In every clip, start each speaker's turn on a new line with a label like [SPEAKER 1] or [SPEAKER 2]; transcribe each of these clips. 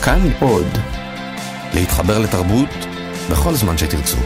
[SPEAKER 1] כאן עוד. להתחבר לתרבות בכל זמן שתרצו.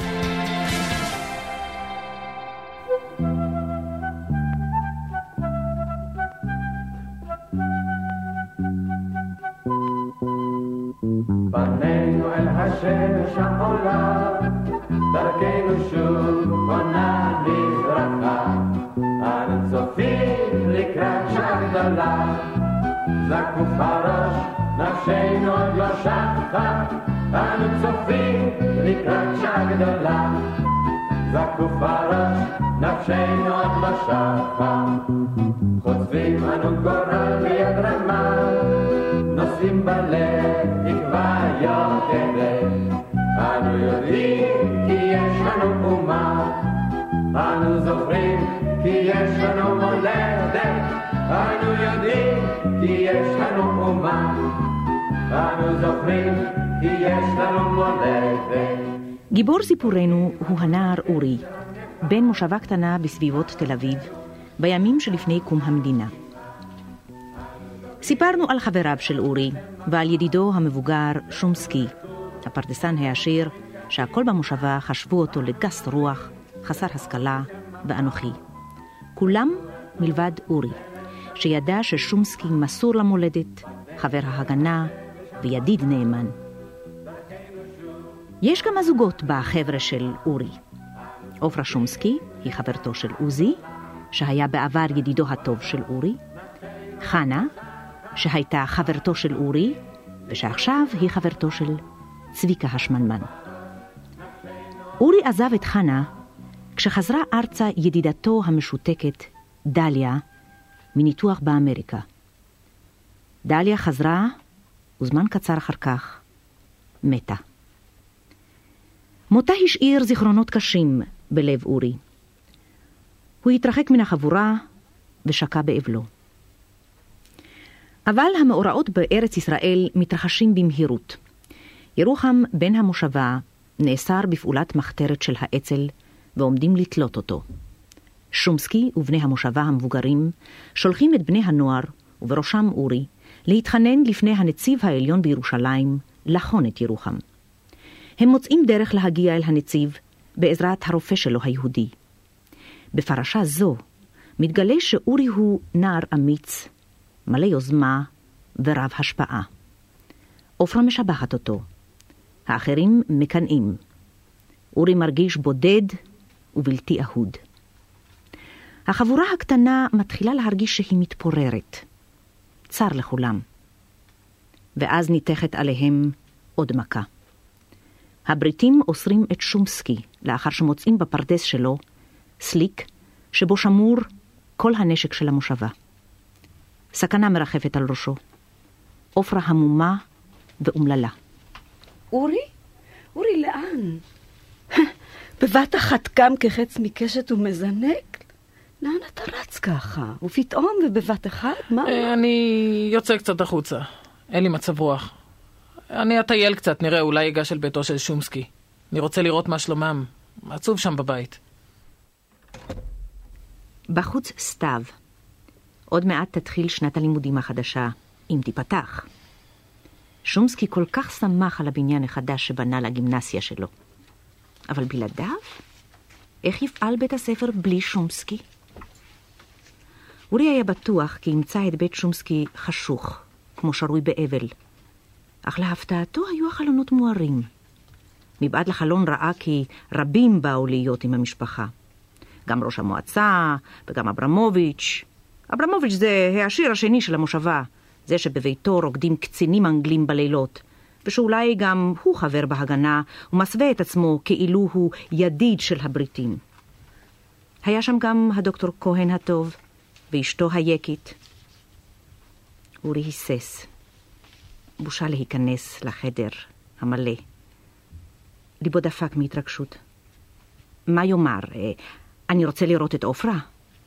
[SPEAKER 2] פנינו אל השמש העולה, דרכנו שוב עונה מזרחה, אנו צופים לקראת שעה גדולה, זקוף הראש, נפשנו עוד לא שחה, אנו צופים לקראת שעה גדולה, זקוף הראש, נפשנו עוד לא שחה, חוצבים אנו גורל ביד רמה, נושאים בלב תקווה יוקדת, אנו יודעים כי יש לנו אומה, אנו זוכרים כי יש לנו מולדת, אנו יודעים כי יש לנו אומה, אנו זוכרים כי יש לנו מולדת.
[SPEAKER 3] גיבור סיפורנו הוא הנער אורי, בן מושבה קטנה בסביבות תל אביב, בימים שלפני קום המדינה. סיפרנו על חבריו של אורי ועל ידידו המבוגר שומסקי, הפרדסן העשיר שהכל במושבה חשבו אותו לגס רוח, חסר השכלה ואנוכי. כולם מלבד אורי, שידע ששומסקי מסור למולדת, חבר ההגנה וידיד נאמן. יש כמה זוגות בחבר'ה של אורי. עופרה שומסקי היא חברתו של עוזי, שהיה בעבר ידידו הטוב של אורי. חנה, שהייתה חברתו של אורי, ושעכשיו היא חברתו של צביקה השמנמן. אורי עזב את חנה כשחזרה ארצה ידידתו המשותקת, דליה, מניתוח באמריקה. דליה חזרה, וזמן קצר אחר כך, מתה. מותה השאיר זיכרונות קשים בלב אורי. הוא התרחק מן החבורה ושקע באבלו. אבל המאורעות בארץ ישראל מתרחשים במהירות. ירוחם בן המושבה נאסר בפעולת מחתרת של האצ"ל ועומדים לתלות אותו. שומסקי ובני המושבה המבוגרים שולחים את בני הנוער, ובראשם אורי, להתחנן לפני הנציב העליון בירושלים לחון את ירוחם. הם מוצאים דרך להגיע אל הנציב בעזרת הרופא שלו היהודי. בפרשה זו מתגלה שאורי הוא נער אמיץ, מלא יוזמה ורב השפעה. עופרה משבחת אותו. האחרים מקנאים. אורי מרגיש בודד ובלתי אהוד. החבורה הקטנה מתחילה להרגיש שהיא מתפוררת. צר לכולם. ואז ניתכת עליהם עוד מכה. הבריטים אוסרים את שומסקי לאחר שמוצאים בפרדס שלו סליק שבו שמור כל הנשק של המושבה. סכנה מרחפת על ראשו. עופרה המומה ואומללה.
[SPEAKER 4] אורי? אורי, לאן? בבת אחת קם כחץ מקשת ומזנק? לאן אתה רץ ככה? ופתאום ובבת אחת? מה?
[SPEAKER 5] אני יוצא קצת החוצה. אין לי מצב רוח. אני אטייל קצת, נראה, אולי ייגש אל ביתו של שומסקי. אני רוצה לראות מה שלומם. עצוב שם בבית.
[SPEAKER 3] בחוץ סתיו. עוד מעט תתחיל שנת הלימודים החדשה, אם תיפתח. שומסקי כל כך שמח על הבניין החדש שבנה לגימנסיה שלו. אבל בלעדיו? איך יפעל בית הספר בלי שומסקי? אורי היה בטוח כי ימצא את בית שומסקי חשוך, כמו שרוי באבל. אך להפתעתו היו החלונות מוארים. מבעד לחלון ראה כי רבים באו להיות עם המשפחה. גם ראש המועצה וגם אברמוביץ'. אברמוביץ' זה העשיר השני של המושבה, זה שבביתו רוקדים קצינים אנגלים בלילות, ושאולי גם הוא חבר בהגנה ומסווה את עצמו כאילו הוא ידיד של הבריטים. היה שם גם הדוקטור כהן הטוב ואשתו היקית. אורי היסס. בושה להיכנס לחדר המלא. ליבו דפק מהתרגשות. מה יאמר? אני רוצה לראות את עופרה.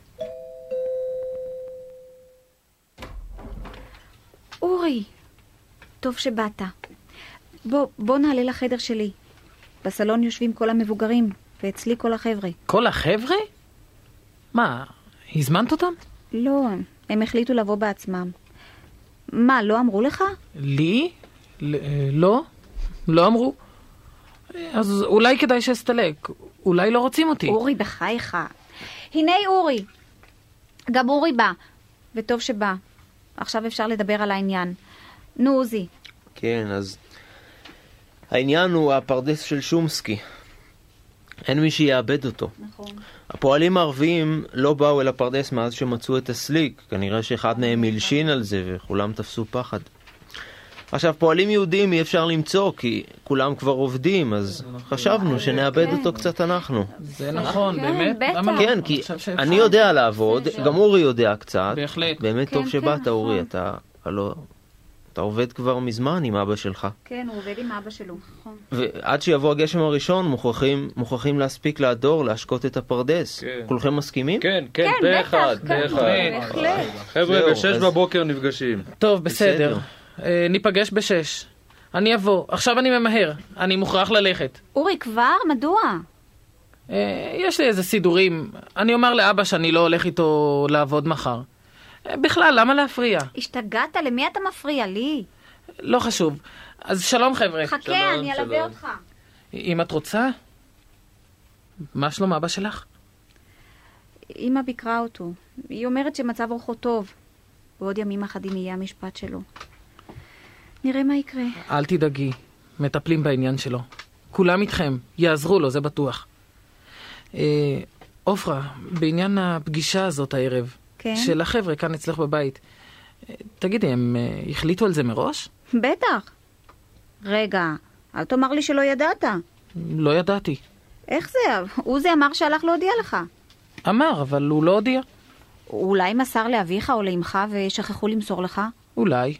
[SPEAKER 6] אורי, טוב שבאת. בוא נעלה לחדר שלי. בסלון יושבים כל המבוגרים, ואצלי כל החבר'ה.
[SPEAKER 5] כל החבר'ה? מה, הזמנת אותם?
[SPEAKER 6] לא, הם החליטו לבוא בעצמם. מה, לא אמרו לך?
[SPEAKER 5] לי? לא? לא אמרו? אז אולי כדאי שאסתלק. אולי לא רוצים אותי.
[SPEAKER 6] אורי, בחייך. הנה אורי. גם אורי בא. וטוב שבא. עכשיו אפשר לדבר על העניין. נו, עוזי.
[SPEAKER 7] כן, אז העניין הוא הפרדס של שומסקי. אין מי שיאבד אותו.
[SPEAKER 6] נכון.
[SPEAKER 7] הפועלים הערביים לא באו אל הפרדס מאז שמצאו את הסליק. כנראה שאחד מהם מלשין על זה וכולם תפסו פחד. עכשיו, פועלים יהודים אי אפשר למצוא כי כולם כבר עובדים, אז חשבנו שנאבד אותו קצת אנחנו.
[SPEAKER 5] זה נכון, באמת?
[SPEAKER 6] בטח.
[SPEAKER 7] כן, כי אני יודע לעבוד, גם אורי יודע קצת.
[SPEAKER 5] בהחלט.
[SPEAKER 7] באמת טוב שבאת, אורי. אתה עובד כבר מזמן עם אבא שלך.
[SPEAKER 6] כן, הוא עובד עם אבא שלו. נכון.
[SPEAKER 7] ועד שיבוא הגשם הראשון, מוכרחים להספיק להדור, להשקות את הפרדס. כולכם מסכימים?
[SPEAKER 8] כן, באחד.
[SPEAKER 6] בהחלט.
[SPEAKER 8] חבר'ה, ב6 בבוקר נפגשים.
[SPEAKER 5] טוב, בסדר. ניפגש ב6. אני אבוא. עכשיו אני ממהר. אני מוכרח ללכת.
[SPEAKER 6] אורי, כבר? מדוע?
[SPEAKER 5] יש לי איזה סידורים. אני אומר לאבא שאני לא הולך איתו לעבוד מחר. בכלל, למה להפריע?
[SPEAKER 6] השתגעת? למי אתה מפריע? לי?
[SPEAKER 5] לא חשוב. אז שלום חבר'ה.
[SPEAKER 6] חכה, אני אלווה אותך.
[SPEAKER 5] אם את רוצה? מה שלום אבא שלך?
[SPEAKER 6] אמא ביקרה אותו. היא אומרת שמצב רוחו טוב. בעוד ימים אחדים יהיה המשפט שלו. נראה מה יקרה.
[SPEAKER 5] אל תדאגי. מטפלים בעניין שלו. כולם איתכם. יעזרו לו, זה בטוח. אופרה, בעניין הפגישה הזאת הערב.
[SPEAKER 6] כן?
[SPEAKER 5] של החבר'ה כאן אצלך בבית. תגידי, הם החליטו על זה מראש?
[SPEAKER 6] בטח. רגע, אל תאמר לי שלא ידעת.
[SPEAKER 5] לא ידעתי.
[SPEAKER 6] איך זה? עוזי אמר שהלך להודיע לך.
[SPEAKER 5] אמר, אבל הוא לא הודיע.
[SPEAKER 6] אולי מסר לאביך או לאמך ושכחו למסור לך?
[SPEAKER 5] אולי.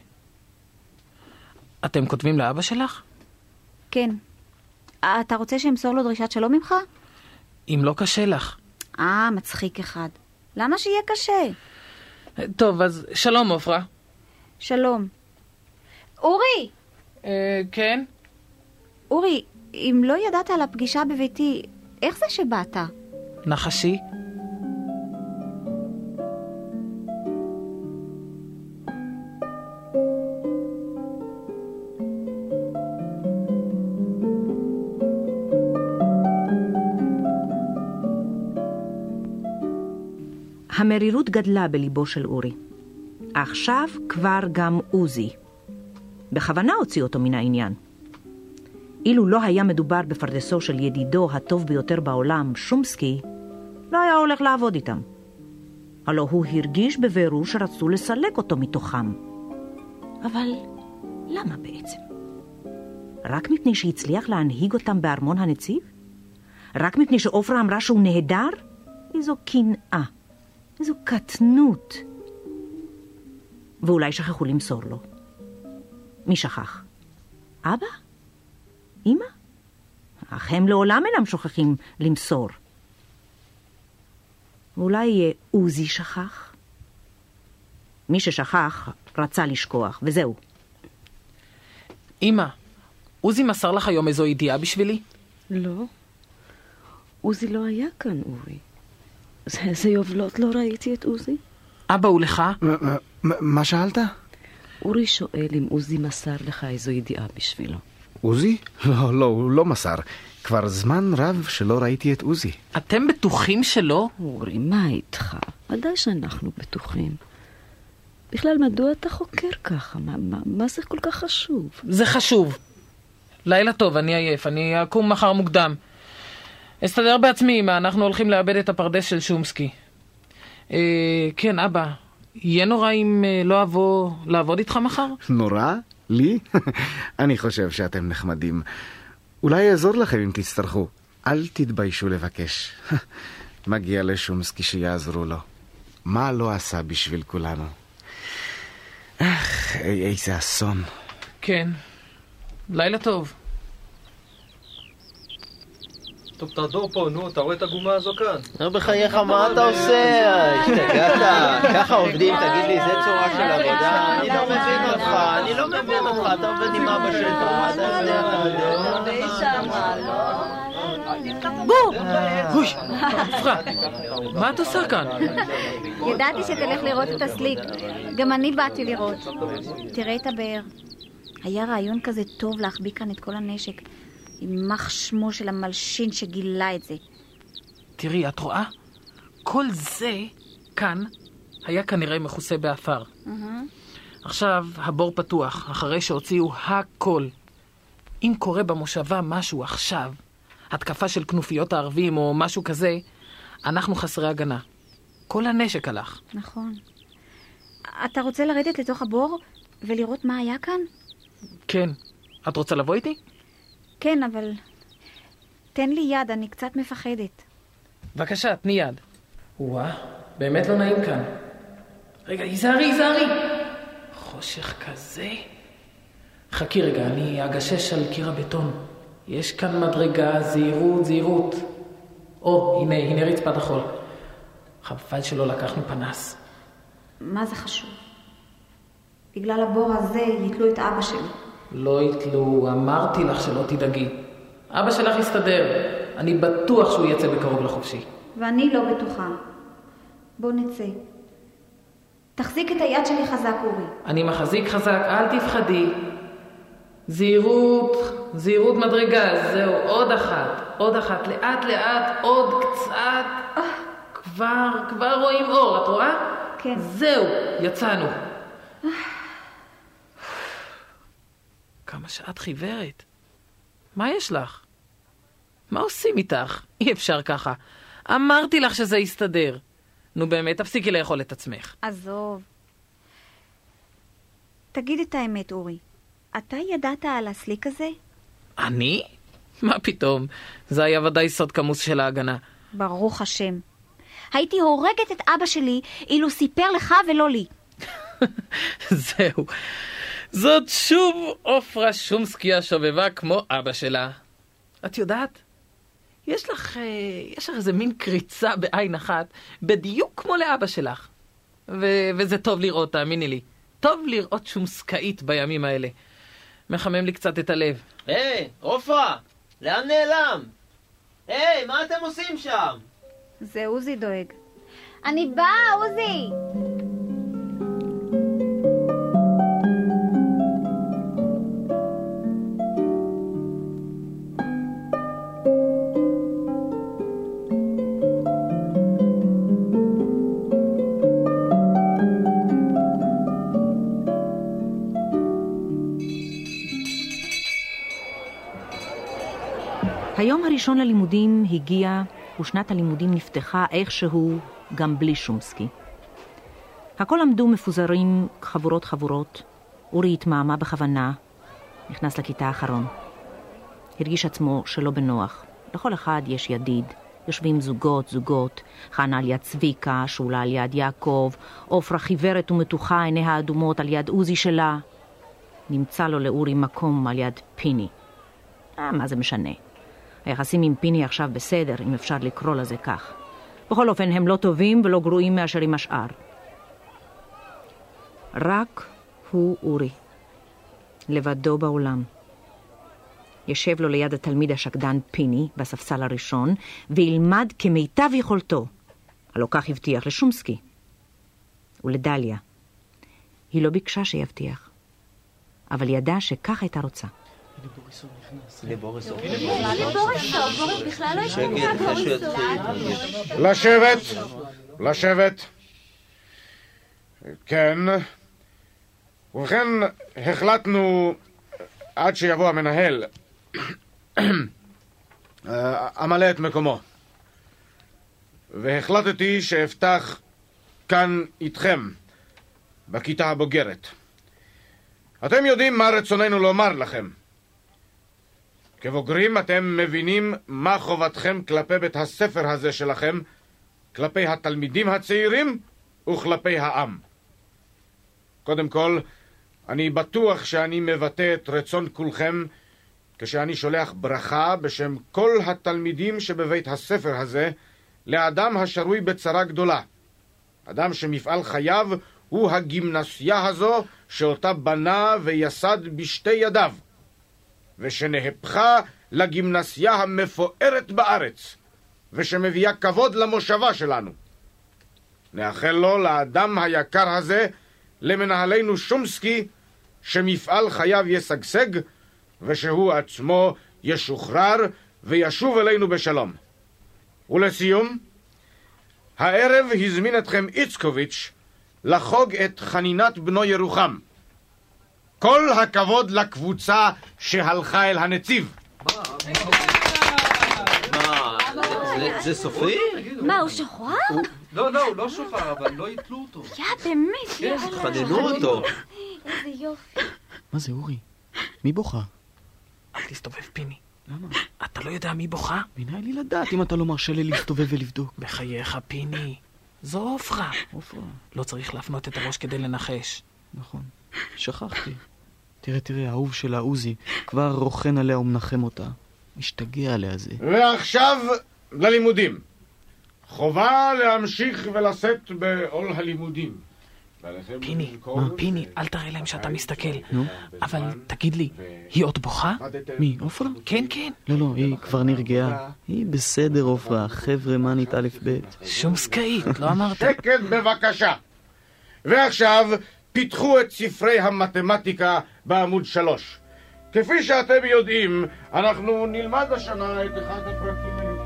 [SPEAKER 5] אתם כותבים לאבא שלך?
[SPEAKER 6] כן. אתה רוצה שאמסור לו דרישת שלום ממך?
[SPEAKER 5] אם לא קשה לך.
[SPEAKER 6] מצחיק אחד. למה שיהיה קשה?
[SPEAKER 5] טוב, אז שלום אופרה.
[SPEAKER 6] שלום. אורי!
[SPEAKER 5] כן?
[SPEAKER 6] אורי, אם לא ידעת על הפגישה בביתי, איך זה שבאת?
[SPEAKER 5] נחשי.
[SPEAKER 3] המרירות גדלה בליבו של אורי. עכשיו כבר גם עוזי. בכוונה הוציא אותו מן העניין. אילו לא היה מדובר בפרדסו של ידידו הטוב ביותר בעולם, שומסקי, לא היה הולך לעבוד איתם. הלא הוא הרגיש בבירור שרצו לסלק אותו מתוכם. אבל למה בעצם? רק מפני שהצליח להנהיג אותם בארמון הנציב? רק מפני שאופרה אמרה שהוא נהדר? איזו קנאה. איזו קטנות. ואולי שכחו למסור לו. מי שכח? אבא? אמא? אך הם לעולם אינם שוכחים למסור. ואולי עוזי שכח? מי ששכח רצה לשכוח, וזהו.
[SPEAKER 5] אמא, עוזי מסר לך היום איזו ידיעה בשבילי?
[SPEAKER 4] לא. עוזי לא היה כאן, אורי. איזה יובלות לא ראיתי את עוזי?
[SPEAKER 5] אבא הוא לך?
[SPEAKER 9] מה שאלת?
[SPEAKER 4] אורי שואל אם עוזי מסר לך איזו ידיעה בשבילו.
[SPEAKER 9] עוזי? לא, הוא לא מסר. כבר זמן רב שלא ראיתי את עוזי.
[SPEAKER 5] אתם בטוחים שלא?
[SPEAKER 4] אורי, מה איתך? ודאי שאנחנו בטוחים. בכלל, מדוע אתה חוקר ככה? מה זה כל כך חשוב?
[SPEAKER 5] זה חשוב. לילה טוב, אני עייף. אני אקום מחר מוקדם. אסתדר בעצמי, אנחנו הולכים לאבד את הפרדס של שומסקי. כן, אבא, יהיה נורא אם לא אבוא לעבוד איתך מחר?
[SPEAKER 9] נורא? לי? אני חושב שאתם נחמדים. אולי יעזור לכם אם תצטרכו. אל תתביישו לבקש. מגיע לשומסקי שיעזרו לו. מה לא עשה בשביל כולנו? איזה אסון.
[SPEAKER 5] כן. לילה טוב.
[SPEAKER 8] טוב, תעדור פה, נו, אתה רואה את הגומה הזו כאן?
[SPEAKER 7] בחייך, מה אתה עושה? השתגעת? ככה עובדים, תגיד לי, זה צורה של עבודה? אני לא מבין אותך, אתה עובד עם אבא שלך, אתה יודע,
[SPEAKER 5] בוא! אוי, אופרה, מה את עושה כאן?
[SPEAKER 6] ידעתי שתלך לראות את הסליק. גם אני באתי לראות. תראה את הבאר. היה רעיון כזה טוב להחביא כאן את כל הנשק. יימח שמו של המלשין שגילה את זה.
[SPEAKER 5] תראי, את רואה? כל זה כאן היה כנראה מכוסה באפר. עכשיו הבור פתוח, אחרי שהוציאו הכל. אם קורה במושבה משהו עכשיו, התקפה של כנופיות הערבים או משהו כזה, אנחנו חסרי הגנה. כל הנשק הלך.
[SPEAKER 6] נכון. אתה רוצה לרדת לתוך הבור ולראות מה היה כאן?
[SPEAKER 5] כן. את רוצה לבוא איתי?
[SPEAKER 6] כן, אבל תן לי יד, אני קצת מפחדת.
[SPEAKER 5] בבקשה, תני יד. וואה, באמת לא נעים כאן. רגע, היזהרי. חושך כזה. חכי רגע, אני אגשש על קיר הבטון. יש כאן מדרגה, זהירות. הנה רצפת החול. חבל שלא לקחנו פנס.
[SPEAKER 6] מה זה חשוב? בגלל הבור הזה יתלו את אבא שלי.
[SPEAKER 5] לא יתלו, אמרתי לך שלא תדאגי. אבא שלך יסתדר. אני בטוח שהוא יצא בקרוב לחופשי.
[SPEAKER 6] ואני לא בטוחה. בוא נצא. תחזיק את היד שלי חזק, אורי.
[SPEAKER 5] אני מחזיק חזק, אל תפחדי. זהירות מדרגה, זהו, עוד אחת, לאט, עוד קצת. כבר רואים אור, את רואה?
[SPEAKER 6] כן.
[SPEAKER 5] זהו, יצאנו. כמה שאת חיוורת. מה יש לך? מה עושים איתך? אי אפשר ככה. אמרתי לך שזה יסתדר. נו באמת, תפסיקי לאכול את עצמך.
[SPEAKER 6] עזוב. תגיד את האמת, אורי. אתה ידעת על הסליק הזה?
[SPEAKER 5] אני? מה פתאום? זה היה ודאי סוד כמוס של ההגנה.
[SPEAKER 6] ברוך השם. הייתי הורגת את אבא שלי אילו סיפר לך ולא לי.
[SPEAKER 5] זהו. זאת שוב עופרה שומסקי השובבה כמו אבא שלה. את יודעת? יש לך איזה מין קריצה בעין אחת, בדיוק כמו לאבא שלך. וזה טוב לראות, תאמיני לי. טוב לראות שומסקאית בימים האלה. מחמם לי קצת את הלב.
[SPEAKER 7] היי, עופרה, לאן נעלם? היי, מה אתם עושים שם?
[SPEAKER 6] זה עוזי דואג. אני באה, עוזי!
[SPEAKER 3] היום הראשון ללימודים הגיע ושנת הלימודים נפתחה איכשהו גם בלי שומסקי. הכל עמדו מפוזרים חבורות. אורי התמהמה בכוונה, נכנס לכיתה האחרון. הרגיש עצמו שלא בנוח. לכל אחד יש ידיד. יושבים זוגות, חנה על יד צביקה, שולה על יד יעקב, עופרה חיוורת ומתוחה, עיניה האדומות על יד עוזי שלה. נמצא לו לאורי מקום על יד פיני. מה זה משנה? היחסים עם פיני עכשיו בסדר, אם אפשר לקרוא לזה כך. בכל אופן, הם לא טובים ולא גרועים מאשר עם השאר. רק הוא אורי, לבדו בעולם. ישב לו ליד התלמיד השקדן פיני בספסל הראשון, וילמד כמיטב יכולתו. הלא כך הבטיח לשומסקי. ולדליה. היא לא ביקשה שיבטיח, אבל ידעה שכך הייתה רוצה.
[SPEAKER 7] לבוריסוב.
[SPEAKER 6] בכלל לא יש
[SPEAKER 9] לשבת. כן. ובכן, החלטנו עד שיבוא המנהל אמלא את מקומו. והחלטתי שאפתח כאן איתכם בכיתה הבוגרת. אתם יודעים מה רצוננו לומר לכם. כבוגרים אתם מבינים מה חובתכם כלפי בית הספר הזה שלכם, כלפי התלמידים הצעירים וכלפי העם. קודם כל, אני בטוח שאני מבטא את רצון כולכם כשאני שולח ברכה בשם כל התלמידים שבבית הספר הזה לאדם השרוי בצרה גדולה. אדם שמפעל חייו הוא הגימנסיה הזו שאותה בנה ויסד בשתי ידיו, ושנהפכה לגימנסיה המפוארת בארץ, ושמביאה כבוד למושבה שלנו. נאחל לו, לאדם היקר הזה, למנהלנו שומסקי,
[SPEAKER 10] שמפעל חייו ישגשג, ושהוא עצמו ישוחרר וישוב אלינו בשלום. ולסיום, הערב הזמין אתכם איצקוביץ' לחוג את חנינת בנו ירוחם. כל הכבוד לקבוצה שהלכה אל הנציב.
[SPEAKER 7] זה סופי?
[SPEAKER 6] מה, הוא שוחרר?
[SPEAKER 8] לא, הוא לא שוחרר, אבל לא יתלו אותו.
[SPEAKER 6] באמת,
[SPEAKER 7] חננו אותו.
[SPEAKER 6] איזה יופי.
[SPEAKER 11] מה זה, אורי? מי בוכה?
[SPEAKER 5] אל תסתובב, פיני.
[SPEAKER 11] למה?
[SPEAKER 5] אתה לא יודע מי בוכה?
[SPEAKER 11] מנהל לי לדעת אם אתה לא מרשה לי להסתובב ולבדוק.
[SPEAKER 5] בחייך, פיני. זו עופרה.
[SPEAKER 11] עופרה.
[SPEAKER 5] לא צריך להפנות את הראש כדי לנחש.
[SPEAKER 11] נכון. שכחתי. תראה, האהוב שלה, עוזי, כבר רוכן עליה ומנחם אותה. משתגע עליה זה.
[SPEAKER 10] ועכשיו ללימודים. חובה להמשיך ולשאת בעול הלימודים.
[SPEAKER 5] פיני, אל תראה להם שאתה מסתכל. אבל תגיד לי, היא עוד בוכה?
[SPEAKER 11] מי, עופרה?
[SPEAKER 5] כן.
[SPEAKER 11] לא, היא כבר נרגעה. היא בסדר, עופרה. חבר'ה, מנית א' ב'.
[SPEAKER 5] שום סקאית, לא אמרת.
[SPEAKER 10] שקט בבקשה. ועכשיו פיתחו את ספרי המתמטיקה בעמוד 3. כפי שאתם יודעים, אנחנו נלמד השנה את אחד הפרקים היותר.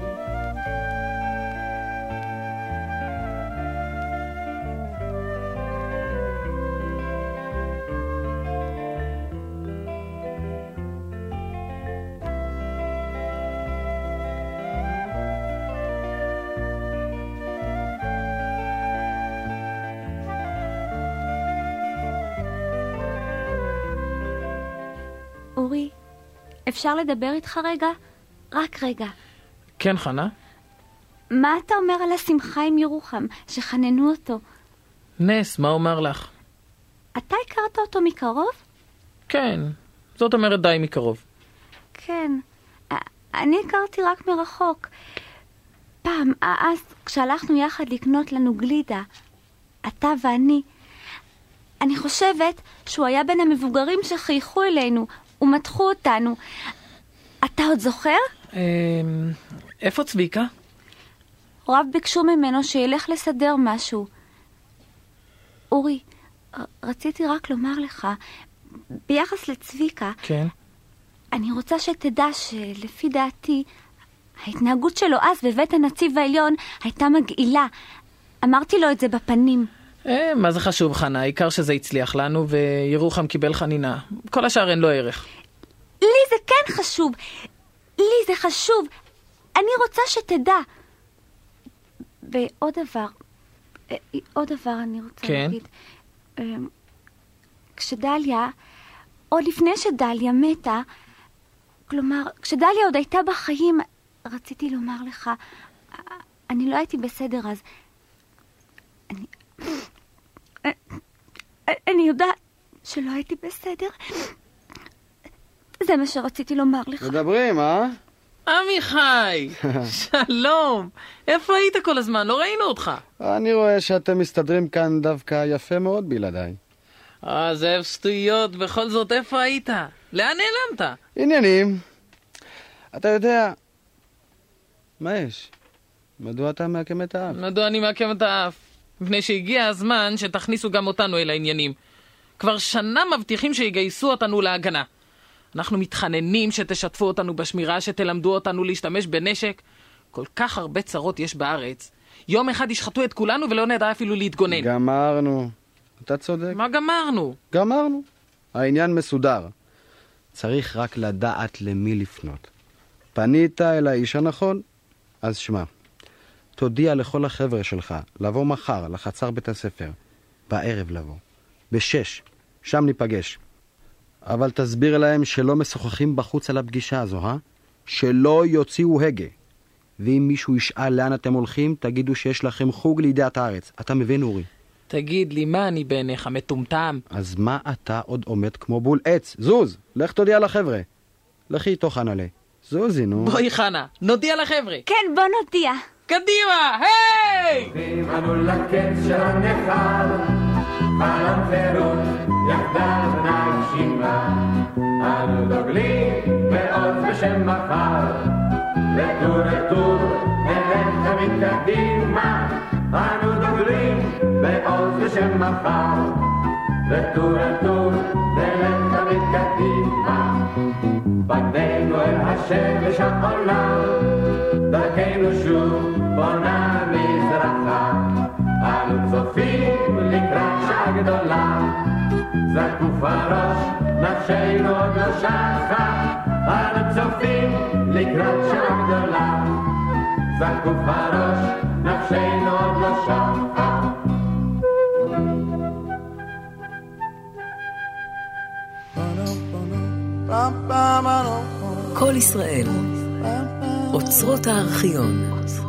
[SPEAKER 6] אורי, אפשר לדבר איתך רגע? רק רגע.
[SPEAKER 5] כן, חנה?
[SPEAKER 6] מה אתה אומר על השמחה עם ירוחם, שחננו אותו?
[SPEAKER 5] נס, מה אומר לך?
[SPEAKER 6] אתה הכרת אותו מקרוב?
[SPEAKER 5] כן, זאת אומרת די מקרוב.
[SPEAKER 6] כן, אני הכרתי רק מרחוק. פעם, אז כשהלכנו יחד לקנות לנו גלידה, אתה ואני, אני חושבת שהוא היה בין המבוגרים שחייכו אלינו ומתחו אותנו. אתה עוד זוכר?
[SPEAKER 5] איפה צביקה?
[SPEAKER 6] רב ביקשו ממנו שילך לסדר משהו. אורי, רציתי רק לומר לך, ביחס לצביקה,
[SPEAKER 5] כן.
[SPEAKER 6] אני רוצה שתדע שלפי דעתי, ההתנהגות שלו אז בבית הנציב העליון הייתה מגעילה. אמרתי לו את זה בפנים.
[SPEAKER 5] מה זה חשוב, חנה? העיקר שזה הצליח לנו וירוחם קיבל חנינה. כל השאר אין לו ערך.
[SPEAKER 6] לי זה כן חשוב. לי זה חשוב. אני רוצה שתדע. ועוד דבר אני רוצה להגיד. כשדליה, עוד לפני שדליה מתה, כלומר, כשדליה עוד הייתה בחיים, רציתי לומר לך, אני לא הייתי בסדר אז. אני יודעת שלא הייתי בסדר. זה מה שרציתי לומר לך.
[SPEAKER 9] מדברים, אה?
[SPEAKER 5] עמיחי, שלום. איפה היית כל הזמן? לא ראינו אותך.
[SPEAKER 9] אני רואה שאתם מסתדרים כאן דווקא יפה מאוד בלעדיי.
[SPEAKER 5] זאב שטויות, בכל זאת איפה היית? לאן נעלמת?
[SPEAKER 9] עניינים. אתה יודע, מה יש? מדוע אתה מעקם את האף?
[SPEAKER 5] מדוע אני מעקם את האף? מפני שהגיע הזמן שתכניסו גם אותנו אל העניינים. כבר שנה מבטיחים שיגייסו אותנו להגנה. אנחנו מתחננים שתשתפו אותנו בשמירה, שתלמדו אותנו להשתמש בנשק. כל כך הרבה צרות יש בארץ. יום אחד ישחטו את כולנו ולא נדע אפילו להתגונן.
[SPEAKER 9] גמרנו. אתה צודק.
[SPEAKER 5] מה גמרנו?
[SPEAKER 9] גמרנו. העניין מסודר. צריך רק לדעת למי לפנות. פנית אל האיש הנכון? אז שמע. תודיע לכל החבר'ה שלך לבוא מחר לחצר בית הספר. בערב לבוא. ב6. שם ניפגש. אבל תסביר להם שלא משוחחים בחוץ על הפגישה הזו, שלא יוציאו הגה. ואם מישהו ישאל לאן אתם הולכים, תגידו שיש לכם חוג לידיעת הארץ. אתה מבין, אורי?
[SPEAKER 5] תגיד לי, מה אני בעיניך, מטומטם?
[SPEAKER 9] אז מה אתה עוד עומד כמו בול עץ? זוז, לך תודיע לחבר'ה. לכי איתו חנלה. זוזי, נו.
[SPEAKER 5] בואי חנה, נודיע לחבר'ה.
[SPEAKER 6] כן, בוא נודיע.
[SPEAKER 5] קדימה, היי!
[SPEAKER 2] באנו לקץ של הנחל, חלום חירות, יחדיו נגשימה. אנו דוגלים בעוז בשם מחר, לטור לטור, נלך תמיד קדימה. אנו דוגלים בעוז בשם מחר, וטור אל טור נלך תמיד קדימה, פנינו אל השמש העולה, דרכנו שוב בונה מזרחה, אנו צופים לקראת שעה גדולה, זקוף הראש נפשנו עוד לא שחה, אנו צופים לקראת שעה גדולה, זקוף הראש נפשנו עוד לא שחה.
[SPEAKER 12] כל ישראל, אוצרות הארכיון.